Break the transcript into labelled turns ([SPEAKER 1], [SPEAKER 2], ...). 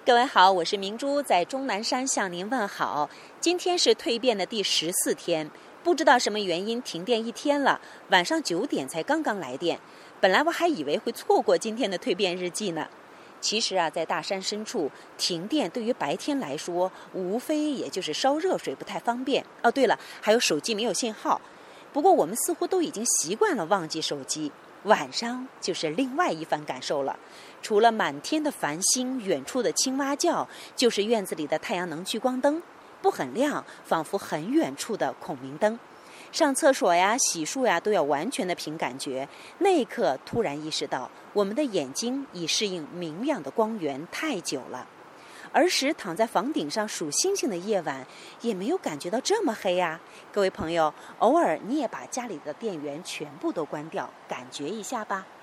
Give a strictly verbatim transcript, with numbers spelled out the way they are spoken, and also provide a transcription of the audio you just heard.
[SPEAKER 1] 各位好，我是明珠，在终南山向您问好。今天是蜕变的第十四天，不知道什么原因停电一天了，晚上九点才刚刚来电。本来我还以为会错过今天的蜕变日记呢。其实啊，在大山深处，停电对于白天来说，无非也就是烧热水不太方便。哦，对了，还有手机没有信号。不过我们似乎都已经习惯了忘记手机。晚上就是另外一番感受了，除了满天的繁星，远处的青蛙叫，就是院子里的太阳能聚光灯，不很亮，仿佛很远处的孔明灯。上厕所呀、洗漱呀，都要完全的凭感觉。那一刻突然意识到，我们的眼睛已适应明亮的光源太久了。儿时躺在房顶上数星星的夜晚，也没有感觉到这么黑啊！各位朋友，偶尔你也把家里的电源全部都关掉，感觉一下吧。